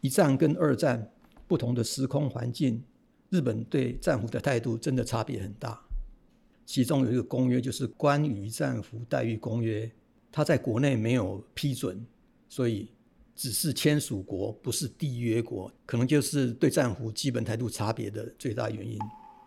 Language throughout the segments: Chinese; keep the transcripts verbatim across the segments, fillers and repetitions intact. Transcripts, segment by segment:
一战跟二战不同的时空环境，日本对战俘的态度真的差别很大。其中有一个公约就是关于战俘待遇公约，它在国内没有批准，所以只是签署国，不是缔约国，可能就是对战俘基本态度差别的最大原因。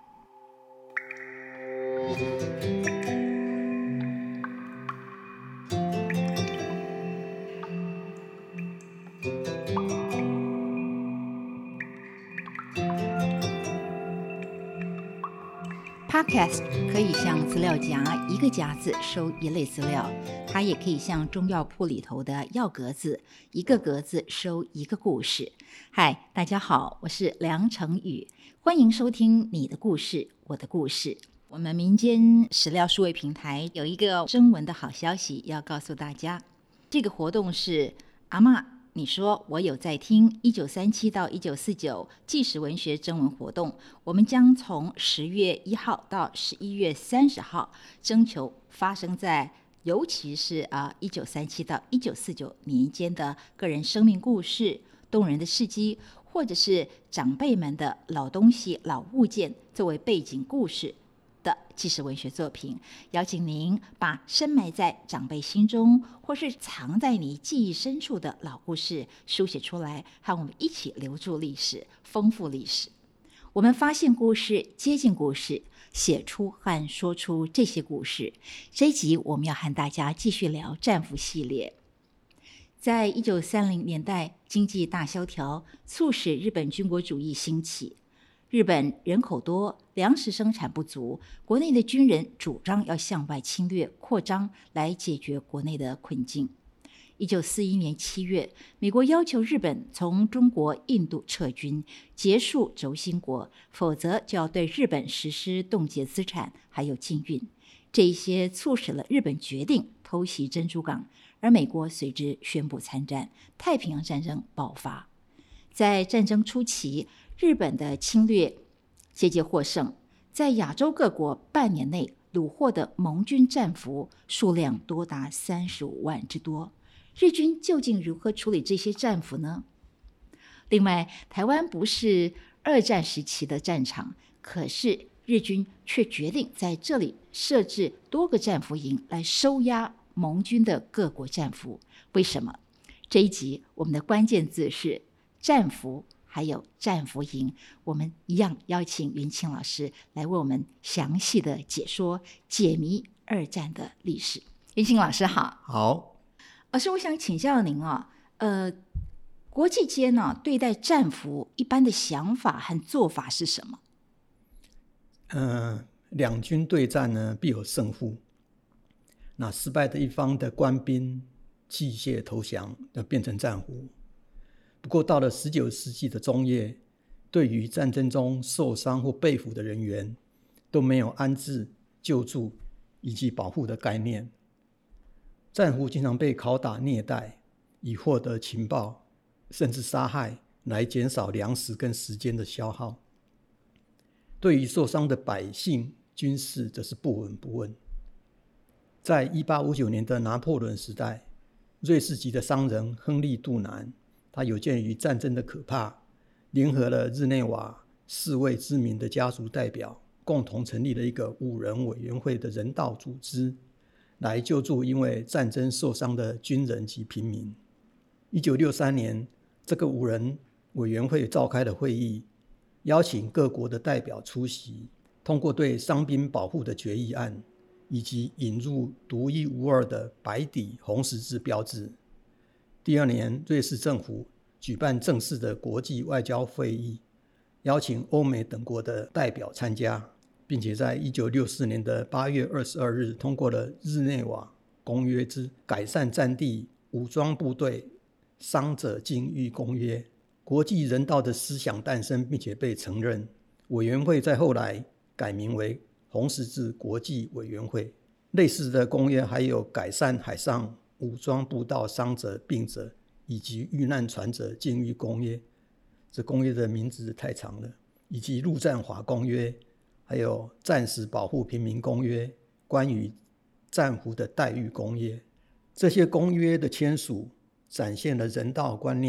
Podcast 可以像资料夹一个夹子收一类资料，它也可以像中药铺里头的药格子，一个格子收一个故事。嗨，大家好，我是梁成宇，欢迎收听你的故事，我的故事。我们民间史料数位平台有一个征文的好消息要告诉大家，这个活动是阿嬷你说我有在听一九三七到一九四九纪实文学征文活动，我们将从十月一号到十一月三十号征求发生在尤其是啊一九三七到一九四九年间的个人生命故事、动人的事迹，或者是长辈们的老东西、老物件作为背景故事的纪实文学作品，邀请您把深埋在长辈心中或是藏在你记忆深处的老故事书写出来，和我们一起留住历史，丰富历史。我们发现故事，接近故事，写出和说出这些故事。这一集我们要和大家继续聊战俘系列。在一九三零年代，经济大萧条促使日本军国主义兴起。日本人口多，粮食生产不足，国内的军人主张要向外侵略扩张，来解决国内的困境。一九四一年七月，美国要求日本从中国、印度撤军，结束轴心国，否则就要对日本实施冻结资产还有禁运。这一些促使了日本决定偷袭珍珠港，而美国随之宣布参战，太平洋战争爆发。在战争初期，日本的侵略节节获胜，在亚洲各国半年内虏获的盟军战俘数量多达三十五万之多。日军究竟如何处理这些战俘呢？另外，台湾不是二战时期的战场，可是日军却决定在这里设置多个战俘营来收押盟军的各国战俘。为什么？这一集我们的关键字是战俘还有战俘营，我们一样邀请云庆老师来为我们详细的解说解谜二战的历史。云庆老师好。 好， 老师，我想请教您啊，呃，国际间呢、啊、对待战俘一般的想法和做法是什么？ 呃，两军对战呢必有胜负，那失败的一方的官兵弃械投降，要变成战俘。不过到了十九世纪的中叶，对于战争中受伤或被俘的人员都没有安置、救助以及保护的概念。战俘经常被拷打虐待，以获得情报甚至杀害，来减少粮食跟时间的消耗。对于受伤的百姓、军事则是不闻不问。在一八五九年的拿破仑时代，瑞士籍的商人亨利·杜南，他有鉴于战争的可怕，联合了日内瓦四位知名的家族代表，共同成立了一个五人委员会的人道组织，来救助因为战争受伤的军人及平民。一九六三年，这个五人委员会召开了会议，邀请各国的代表出席，通过对伤兵保护的决议案，以及引入独一无二的白底红十字标志。第二年，瑞士政府举办正式的国际外交会议，邀请欧美等国的代表参加，并且在一九六四年的八月二十二日通过了日内瓦公约之改善战地武装部队伤者境遇公约。国际人道的思想诞生并且被承认，委员会在后来改名为红十字国际委员会。类似的公约还有改善海上武装步道伤者、病者以及遇难船者境遇公约，这公约的名字太长了，以及陆战法公约，还有战时保护平民公约，关于战俘的待遇公约。这些公约的签署展现了人道观念，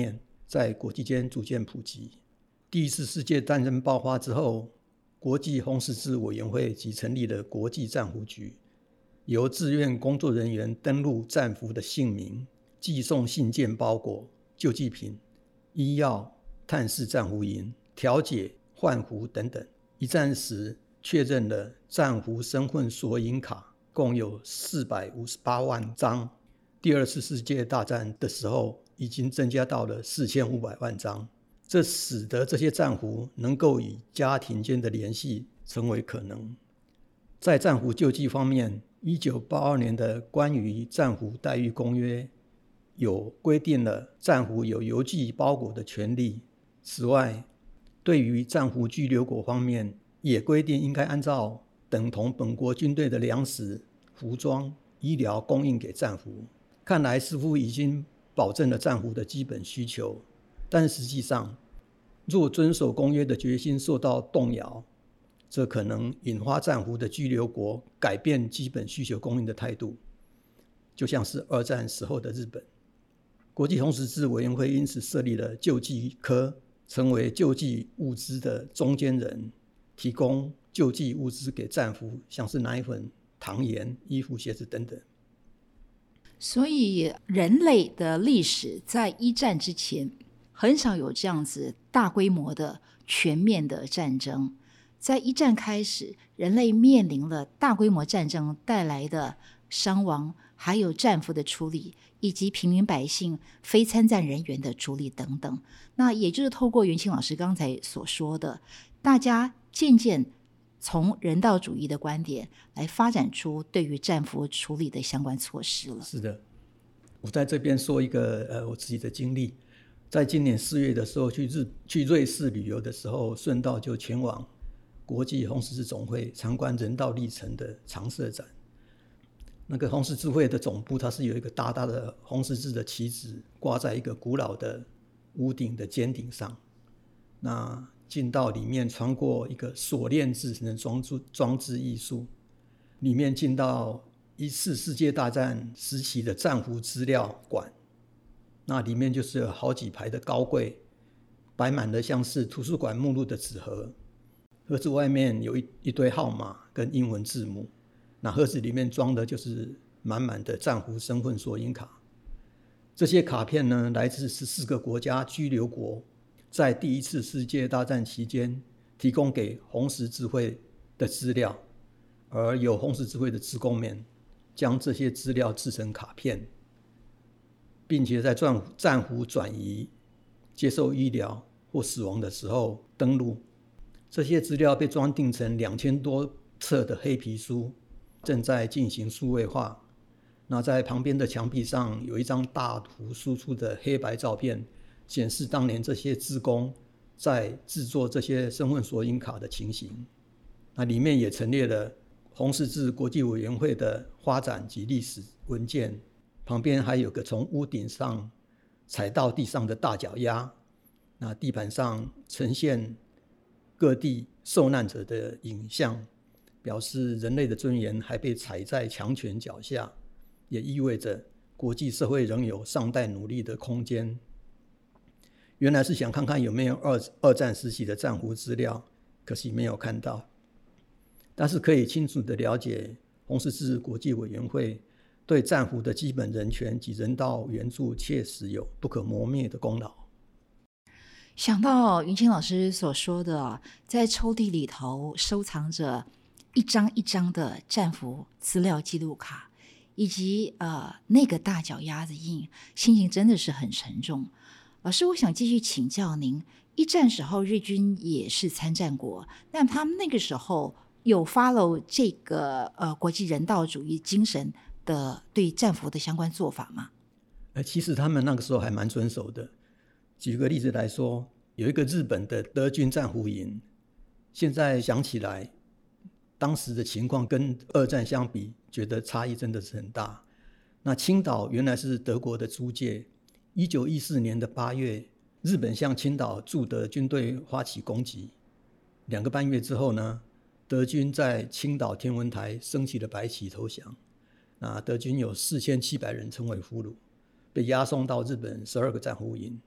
在国际间逐渐普及。第一次世界战争爆发之后，国际红十字委员会即成立了国际战俘局，由志愿工作人员登录战俘的姓名，寄送信件包裹、救济品、医药、探视战俘营、调解、换俘等等。一战时确认了战俘身份索引卡共有四百五十八万张，第二次世界大战的时候已经增加到了四千五百万张，这使得这些战俘能够与家庭间的联系成为可能。在战俘救济方面，一九八二年的关于战俘待遇公约有规定了战俘有邮寄包裹的权利。此外，对于战俘居留国方面，也规定应该按照等同本国军队的粮食、服装、医疗供应给战俘。看来似乎已经保证了战俘的基本需求，但实际上，若遵守公约的决心受到动摇，这可能引发战俘的居留国改变基本需求供应的态度，就像是二战时候的日本。国际红十字委员会因此设立了救济科，成为救济物资的中间人，提供救济物资给战俘，像是奶粉、糖盐、衣服、鞋子等等。 所以人类的历史在一战之前很少有这样子大规模的全面的战争。在一战开始，人类面临了大规模战争带来的伤亡，还有战俘的处理，以及平民百姓、非参战人员的处理等等。那也就是透过元庆老师刚才所说的，大家渐渐从人道主义的观点来发展出对于战俘处理的相关措施了。 是的，我在这边说一个呃我自己的经历。在今年四月的时候去日去瑞士旅游的时候，顺道就前往国际红十字总会参观人道历程的常设展。那个红十字会的总部，它是有一个大大的红十字的旗帜挂在一个古老的屋顶的尖顶上。那进到里面，穿过一个锁链制成的装置装置艺术，里面进到一次世界大战时期的战俘资料馆。那里面就是有好几排的高柜，摆满了像是图书馆目录的纸盒，盒子外面有 一, 一堆号码跟英文字母，那盒子里面装的就是满满的战俘身份索引卡。这些卡片呢，来自十四个国家居留国在第一次世界大战期间提供给红十字会的资料，而有红十字会的志工们将这些资料制成卡片，并且在战俘转移、接受医疗或死亡的时候登录。这些资料被装订成两千多册的黑皮书，正在进行数位化。那在旁边的墙壁上有一张大图输出的黑白照片，显示当年这些志工在制作这些身份索引卡的情形。那里面也陈列了红十字国际委员会的发展及历史文件，旁边还有个从屋顶上踩到地上的大脚丫，那地板上呈现各地受难者的影像，表示人类的尊严还被踩在强权脚下，也意味着国际社会仍有尚待努力的空间。原来是想看看有没有 二, 二战时期的战俘资料，可惜没有看到。但是可以清楚地了解红十字国际委员会对战俘的基本人权及人道援助确实有不可磨灭的功劳。 想到云清老师所说的，在抽屉里头收藏着一张一张的战俘资料记录卡，以及呃那个大脚丫子印，心情真的是很沉重。老师，我想继续请教您，一战时候日军也是参战国，但他们那个时候有 follow 这个呃国际人道主义精神的对战俘的相关做法吗？ 呃，其实他们那个时候还蛮遵守的。举个例子来说，有一个日本的德军战俘营，现在想起来，当时的情况跟二战相比，觉得差异真的是很大。那青岛原来是德国的租界，一九一四年的八月，日本向青岛驻德军队发起攻击。两个半月之后呢，德军在青岛天文台升起了白旗投降。那德军有四千七百人成为俘虏，被押送到日本十二个战俘营。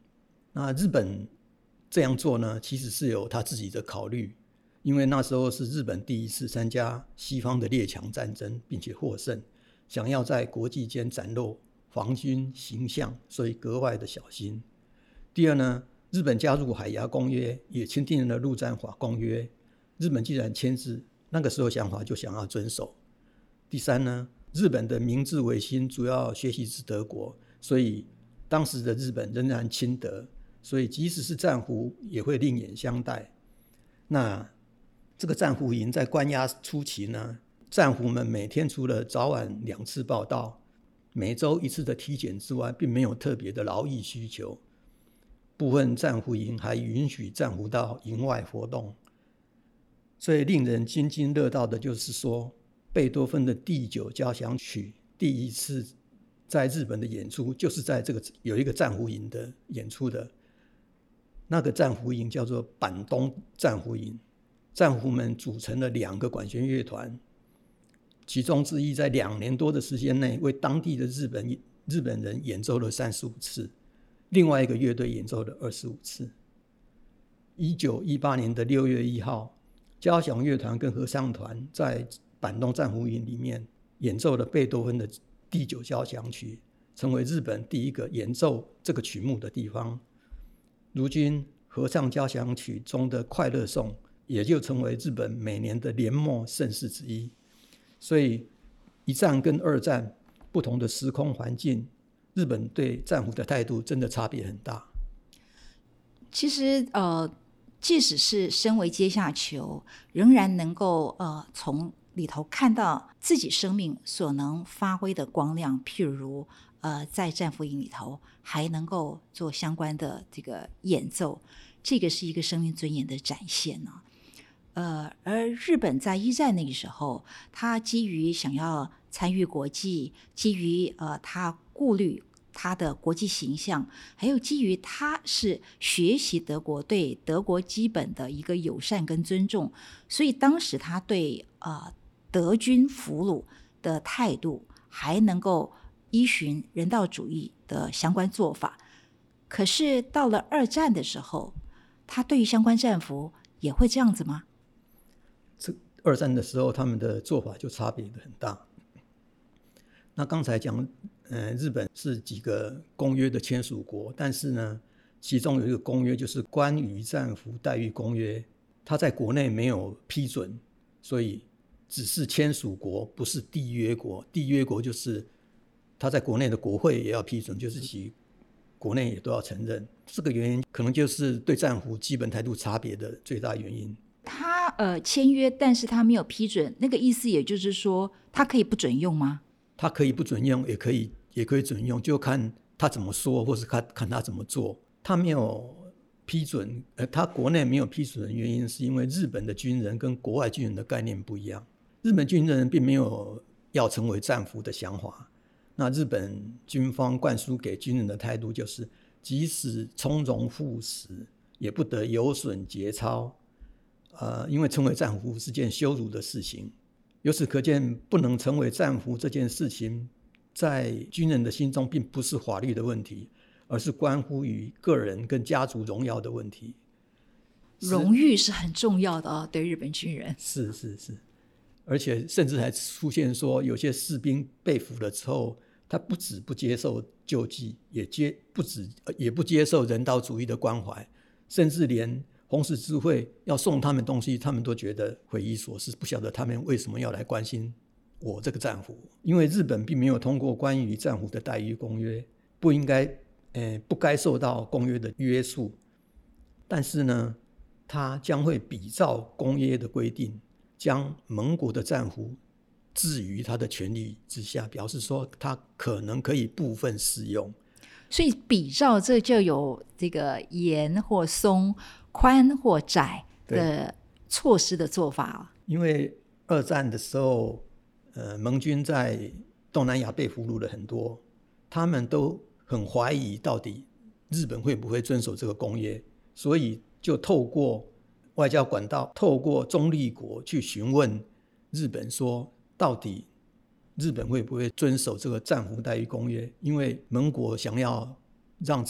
那日本这样做呢，其实是有他自己的考虑，因为那时候是日本第一次参加西方的列强战争，并且获胜，想要在国际间展露皇军形象，所以格外的小心。第二呢，日本加入海牙公约，也签订了陆战法公约，日本既然签字，那个时候想法就想要遵守。第三呢，日本的明治维新主要学习自德国，所以当时的日本仍然亲德，所以即使是战俘也会另眼相待。那这个战俘营在关押初期呢，战俘们每天除了早晚两次报到，每周一次的体检之外，并没有特别的劳役需求。部分战俘营还允许战俘到营外活动。最令人津津乐道的就是说，贝多芬的第九交响曲第一次在日本的演出，就是在这个有一个战俘营的演出的。那个战俘营叫做板东战俘营，战俘们组成了两个管弦乐团，其中之一在两年多的时间内为当地的日本日本人演奏了三十五次，另外一个乐队演奏了二十五次。一九一八年的六月一号，交响乐团跟合唱团在板东战俘营里面演奏了贝多芬的第九交响曲，成为日本第一个演奏这个曲目的地方。如今合唱交响曲中的快乐颂也就成为日本每年的年末盛事之一。所以一战跟二战不同的时空环境，日本对战俘的态度真的差别很大。 其实呃，即使是身为阶下囚，仍然能够呃从里头看到自己生命所能发挥的光亮，譬如呃在战俘营里头还能够做相关的这个演奏，这个是一个生命尊严的展现呢、啊。呃，而日本在一战那个时候，他基于想要参与国际，基于呃他顾虑他的国际形象，还有基于他是学习德国，对德国基本的一个友善跟尊重，所以当时他对呃德军俘虏的态度还能够依循人道主义的相关做法。可是到了二战的时候，他对于相关战俘也会这样子吗？ 这二战的时候，他们的做法就差别的很大。那刚才讲，呃，日本是几个公约的签署国，但是呢，其中有一个公约就是关于战俘待遇公约，它在国内没有批准，所以只是签署国，不是缔约国。缔约国就是它在国内的国会也要批准，就是其国内也都要承认。这个原因可能就是对战俘基本态度差别的最大原因。 他呃签约，但是他没有批准，那个意思也就是说，他可以不准用吗？ 他可以不准用，也可以也可以准用，就看他怎么说，或是看看他怎么做。他没有批准，呃，他国内没有批准的原因，是因为日本的军人跟国外军人的概念不一样。日本军人并没有要成为战俘的想法。那日本军方灌输给军人的态度就是，即使从容赴死，也不得有损节操。呃，因为成为战俘是件羞辱的事情。由此可见，不能成为战俘这件事情，在军人的心中并不是法律的问题，而是关乎于个人跟家族荣耀的问题。 荣誉是很重要的哦，对日本军人。 是是是，而且甚至还出现说，有些士兵被俘了之后，他不止不接受救济，也接不止也不接受人道主义的关怀，甚至连红十字会要送他们东西，他们都觉得匪夷所思，不晓得他们为什么要来关心我这个战俘。因为日本并没有通过关于战俘的待遇公约，不应该、呃、不该受到公约的约束，但是呢，他将会比照公约的规定，将盟国的战俘置于他的权利之下，表示说他可能可以部分适用。 所以比照这就有这个严或松、宽或窄的措施的做法。 因为二战的时候，呃，盟军在东南亚被俘虏了很多，他们都很怀疑到底日本会不会遵守这个公约，所以就透过外交管道，透过中立国去询问日本说，到底日本会不会遵守这个战俘待遇公约？因为盟国想要让自己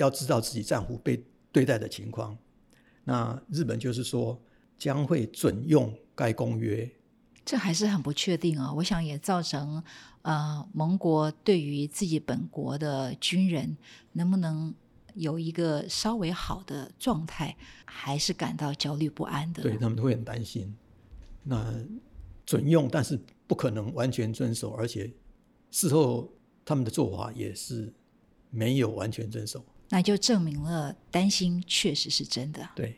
要知道自己战俘被对待的情况。那日本就是说将会准用该公约， 这还是很不确定啊、哦。我想也造成呃盟国对于自己本国的军人能不能有一个稍微好的状态，还是感到焦虑不安的。 对，他们会很担心。那准用，但是不可能完全遵守，而且事后他们的做法也是没有完全遵守， 那就证明了担心确实是真的。 对。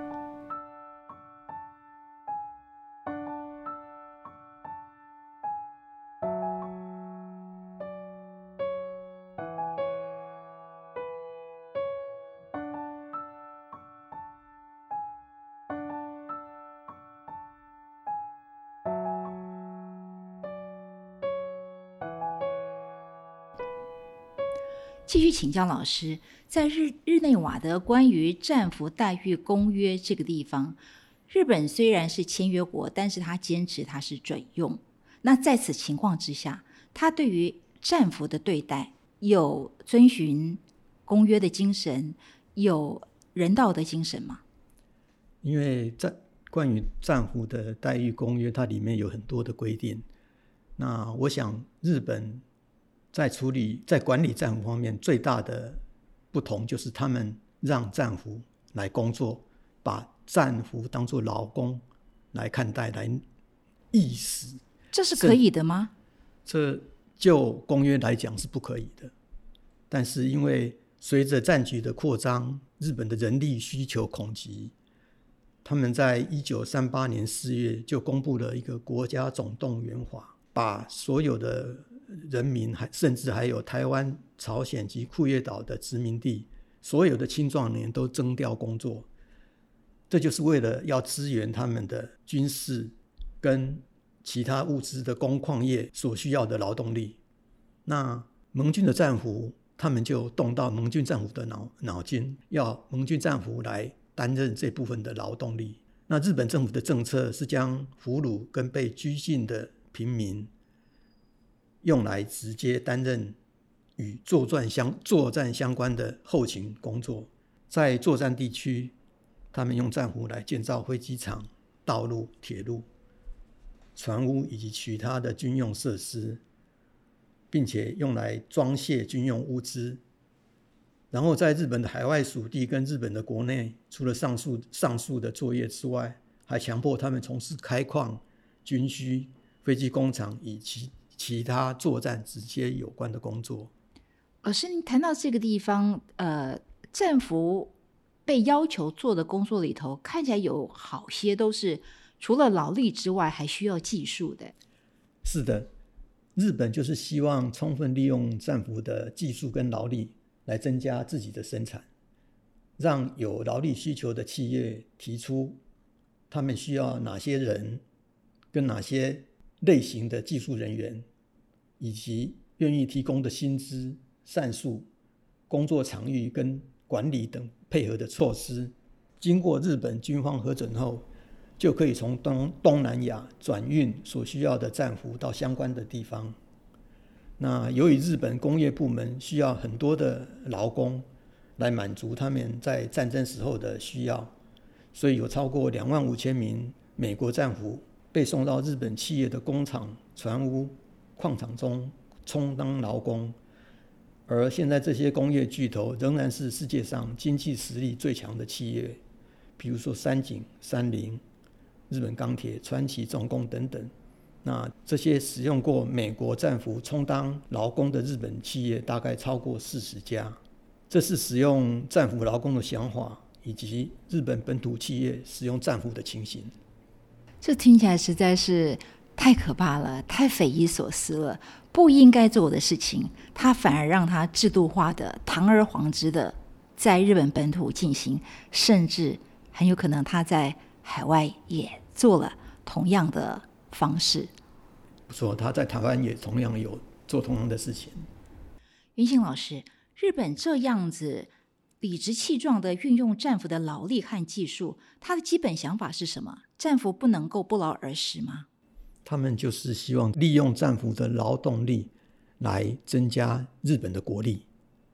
继续请教老师，在日日内瓦的关于战俘待遇公约这个地方，日本虽然是签约国，但是他坚持他是准用。那在此情况之下，他对于战俘的对待有遵循公约的精神，有人道的精神吗？ 因为战关于战俘的待遇公约，它里面有很多的规定。那我想日本在处理在管理战俘方面最大的不同，就是他们让战俘来工作，把战俘当作劳工来看待，来役使。 这是可以的吗？ 这就公约来讲是不可以的，但是因为随着战局的扩张，日本的人力需求恐急，他们在一九三八年四月就公布了一个国家总动员法，把所有的人民甚至还有台湾、朝鲜及库页岛的殖民地所有的青壮年都征调工作，这就是为了要支援他们的军事跟其他物资的工矿业所需要的劳动力。那盟军的战俘他们就动到盟军战俘的 脑, 脑筋，要盟军战俘来担任这部分的劳动力。那日本政府的政策是将俘虏跟被拘禁的平民用来直接担任与作战相作战相关的后勤工作。在作战地区，他们用战俘来建造飞机场、道路、铁路、船坞以及其他的军用设施，并且用来装卸军用物资。然后在日本的海外属地跟日本的国内，除了上述上述的作业之外，还强迫他们从事开矿、军需、飞机工厂以及其他作战直接有关的工作。 老师，您谈到这个地方，呃，战俘被要求做的工作里头，看起来有好些都是除了劳力之外，还需要技术的。 是的，日本就是希望充分利用战俘的技术跟劳力来增加自己的生产，让有劳力需求的企业提出他们需要哪些人跟哪些类型的技术人员，以及愿意提供的薪资、膳宿、工作场域跟管理等配合的措施。经过日本军方核准后，就可以从 东, 东南亚转运所需要的战俘到相关的地方。那由于日本工业部门需要很多的劳工来满足他们在战争时候的需要，所以有超过两万五千名美国战俘被送到日本企业的工厂、船坞、矿场中充当劳工。而现在这些工业巨头仍然是世界上经济实力最强的企业，比如说三井、三菱、日本钢铁、川崎重工等等。那这些使用过美国战俘充当劳工的日本企业大概超过四十家。这是使用战俘劳工的想法，以及日本本土企业使用战俘的情形。 这听起来实在是太可怕了，太匪夷所思了。不应该做的事情，他反而让他制度化的、堂而皇之的在日本本土进行，甚至很有可能他在海外也做了同样的方式。 不错，他在台湾也同样有做同样的事情。 云信老师，日本这样子理直气壮的运用战俘的劳力和技术，他的基本想法是什么？战俘不能够不劳而食吗？ 他们就是希望利用战俘的劳动力来增加日本的国力。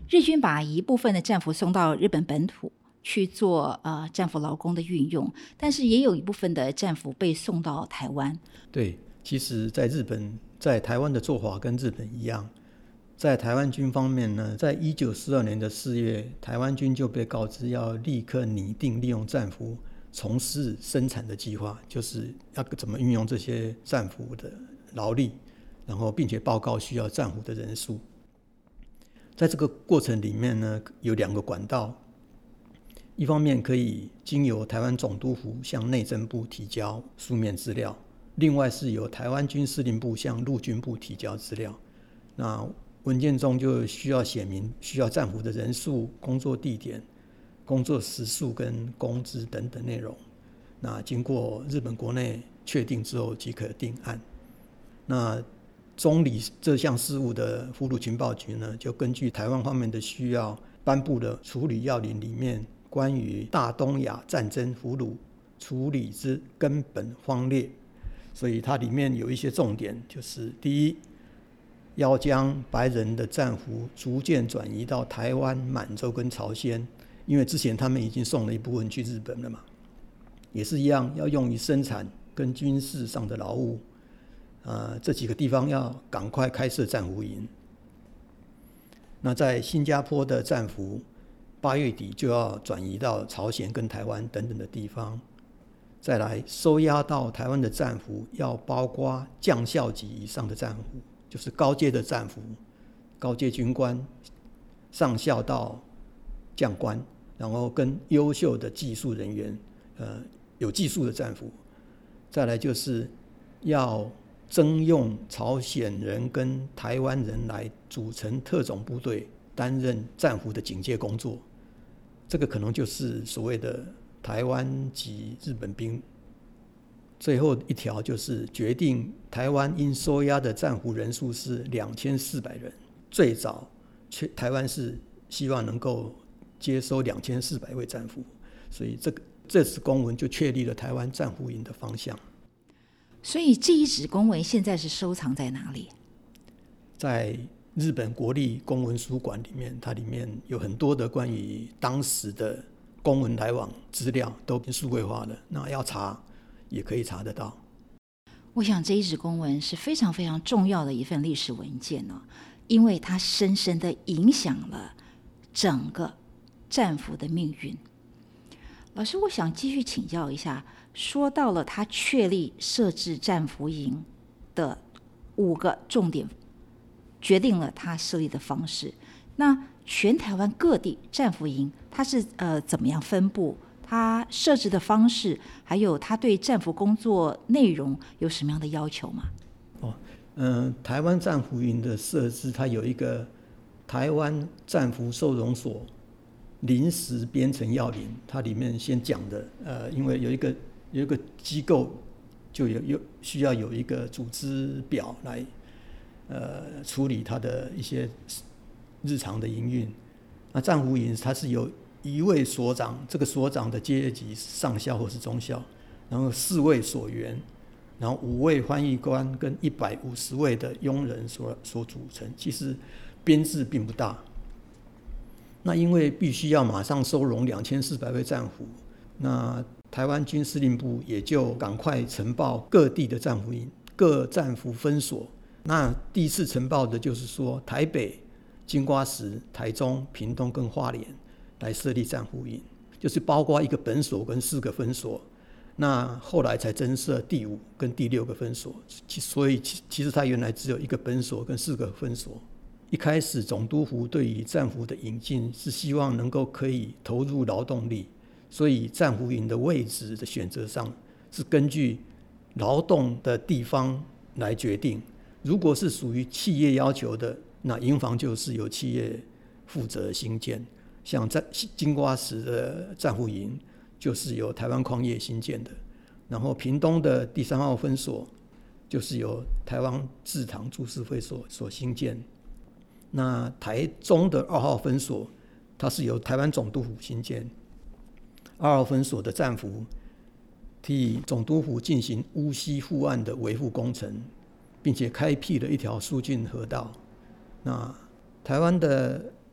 日军把一部分的战俘送到日本本土去做呃战俘劳工的运用，但是也有一部分的战俘被送到台湾。 对，其实在日本在台湾的做法跟日本一样。在台湾军方面呢，在一九四二年的四月，台湾军就被告知要立刻拟定利用战俘从事生产的计划，就是要怎么运用这些战俘的劳力，然后并且报告需要战俘的人数。在这个过程里面呢，有两个管道，一方面可以经由台湾总督府向内政部提交书面资料，另外是由台湾军司令部向陆军部提交资料。那文件中就需要写明需要战俘的人数、工作地点、工作时数跟工资等等内容。那经过日本国内确定之后即可定案。那总理这项事务的俘虏情报局呢，就根据台湾方面的需要，颁布了处理要领里面关于大东亚战争俘虏处理之根本方略。所以它里面有一些重点，就是第一，要将白人的战俘逐渐转移到台湾、满洲跟朝鲜，因为之前他们已经送了一部分去日本了嘛，也是一样要用于生产跟军事上的劳务。呃，这几个地方要赶快开设战俘营。那在新加坡的战俘，八月底就要转移到朝鲜跟台湾等等的地方。再来，收押到台湾的战俘要包括将校级以上的战俘，就是高阶的战俘，高阶军官、上校到将官，然后跟优秀的技术人员，呃，有技术的战俘。再来就是要征用朝鲜人跟台湾人来组成特种部队，担任战俘的警戒工作。这个可能就是所谓的台湾籍日本兵。最后一条就是决定台湾应收押的战俘人数是两千四百人，最早台湾是希望能够接收两千四百位战俘，所以这个这次公文就确立了台湾战俘营的方向。 所以这一纸公文现在是收藏在哪里？ 在日本国立公文书馆里面，它里面有很多的关于当时的公文来往资料都数位化了，那要查也可以查得到。 我想这一纸公文是非常非常重要的一份历史文件哦，因为它深深的影响了整个战俘的命运。老师，我想继续请教一下，说到了他确立设置战俘营的五个重点，决定了他设立的方式。那全台湾各地战俘营它是呃怎么样分布？它设置的方式，还有它对战俘工作内容有什么样的要求吗？ 哦，嗯、呃，台湾战俘营的设置，它有一个台湾战俘收容所临时编成要领，它里面先讲的，呃，因为有一个有一个机构，就有有需要有一个组织表来，呃，处理它的一些日常的营运。那战俘营它是由一位所长，这个所长的阶级上校或是中校，然后四位所员，然后五位翻译官跟一百五十位的佣人所所组成，其实编制并不大。那因为必须要马上收容两千四百位战俘，那台湾军司令部也就赶快呈报各地的战俘营、各战俘分所。那第一次呈报的就是说，台北、金瓜石、台中、屏东跟花莲来设立战俘营，就是包括一个本所跟四个分所。那后来才增设第五跟第六个分所，所以其实它原来只有一个本所跟四个分所。一开始总督府对于战俘的引进是希望能够可以投入劳动力，所以战俘营的位置的选择上是根据劳动的地方来决定。如果是属于企业要求的，那营房就是由企业负责兴建，像在金瓜石的战俘营就是由台湾矿业兴建的，然后屏东的第三号分所就是由台湾制糖株式会所所兴建。那台中的二号分所，它是由台湾总督府兴建。二号分所的战俘替总督府进行乌溪护岸的维护工程，并且开辟了一条疏浚河道。那台湾的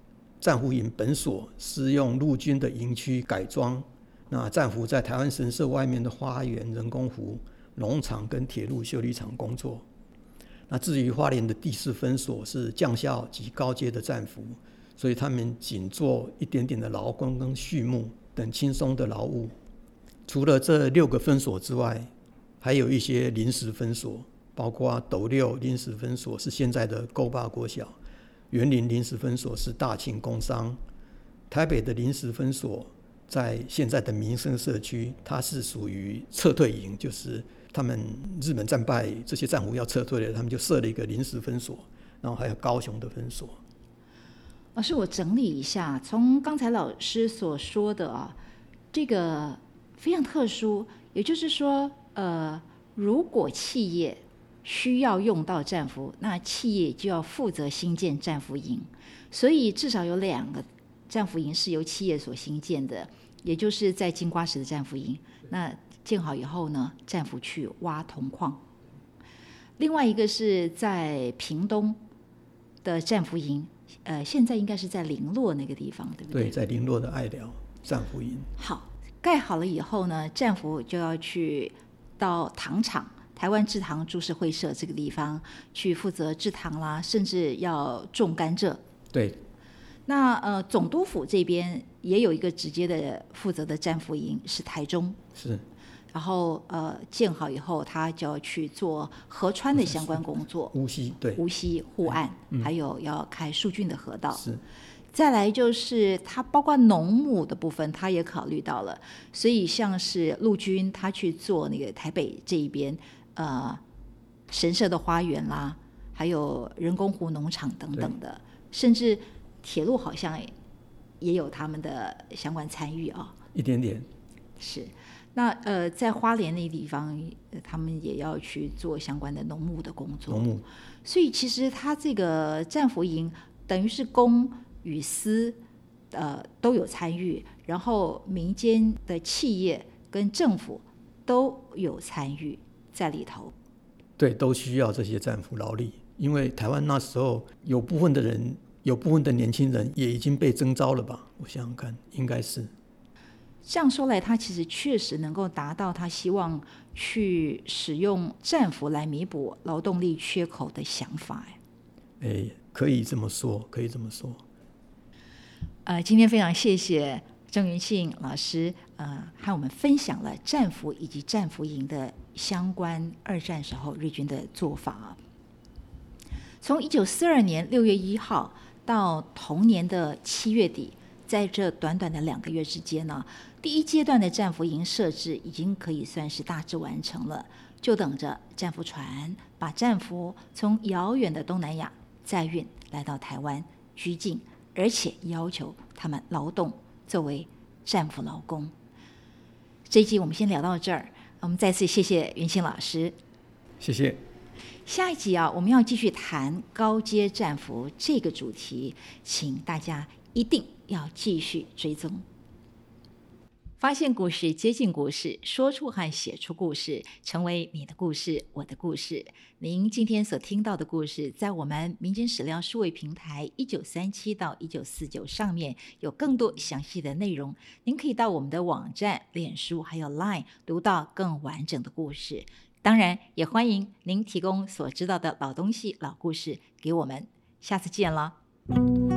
战俘营本所是用陆军的营区改装，那战俘在台湾神社外面的花园、人工湖、农场跟铁路修理厂工作。那至于花莲的第四分所是将校及高阶的战俘，所以他们仅做一点点的劳工跟畜牧等轻松的劳务。除了这六个分所之外，还有一些临时分所，包括斗六临时分所是现在的沟坝国小，园林临时分所是大庆工商，台北的临时分所在现在的民生社区，它是属于撤退营，就是他们日本战败，这些战俘要撤退了，他们就设了一个临时分所，然后还有高雄的分所。 老师，我整理一下，从刚才老师所说的啊，这个非常特殊，也就是说，呃，如果企业需要用到战俘，那企业就要负责新建战俘营，所以至少有两个战俘营是由企业所新建的，也就是在金瓜石的战俘营。那建好以后呢，战俘去挖铜矿。另外一个是在屏东的战俘营，呃，现在应该是在林落那个地方，对不对？ 对，在林落的爱寮战俘营。 好，盖好了以后呢，战俘就要去到糖厂。台湾制糖株式会社这个地方去负责制糖啦，甚至要种甘蔗。 对， 那呃总督府这边也有一个直接的负责的战俘营，是台中。 是。 然后呃建好以后，他就要去做河川的相关工作， 乌溪对， 乌溪护岸， 嗯、 还有要开疏浚的河道。 是。 再来就是它包括农牧的部分，他也考虑到了，所以像是陆军他去做那个台北这一边。呃，神社的花园啦，还有人工湖农场等等的，甚至铁路好像也有他们的相关参与啊、哦， 一点点。 是，那呃，在花莲那地方，他们也要去做相关的农牧的工作。 农牧， 所以其实他这个战俘营等于是公与私呃都有参与，然后民间的企业跟政府都有参与在里头。 对，都需要这些战俘劳力，因为台湾那时候有部分的人，有部分的年轻人也已经被征召了吧？我想想看，应该是。 这样说来，他其实确实能够达到他希望去使用战俘来弥补劳动力缺口的想法。 哎，可以这么说，可以这么说。 呃，今天非常谢谢郑云庆老师，呃，和我们分享了战俘以及战俘营的相关二战时候日军的做法。从一九四二年六月一号到同年的七月底，在这短短的两个月之间呢，第一阶段的战俘营设置已经可以算是大致完成了，就等着战俘船把战俘从遥远的东南亚载运来到台湾居境，而且要求他们劳动作为战俘劳工。这一集我们先聊到这儿，我们再次谢谢云庆老师。 谢谢。 下一集啊，我们要继续谈高阶战俘这个主题，请大家一定要继续追踪。发现故事，接近故事，说出和写出故事，成为你的故事，我的故事。您今天所听到的故事，在我们民间史料数位平台一九三七到一九四九上面有更多详细的内容，您可以到我们的网站、脸书还有 Line 读到更完整的故事。当然，也欢迎您提供所知道的老东西、老故事给我们。下次见了。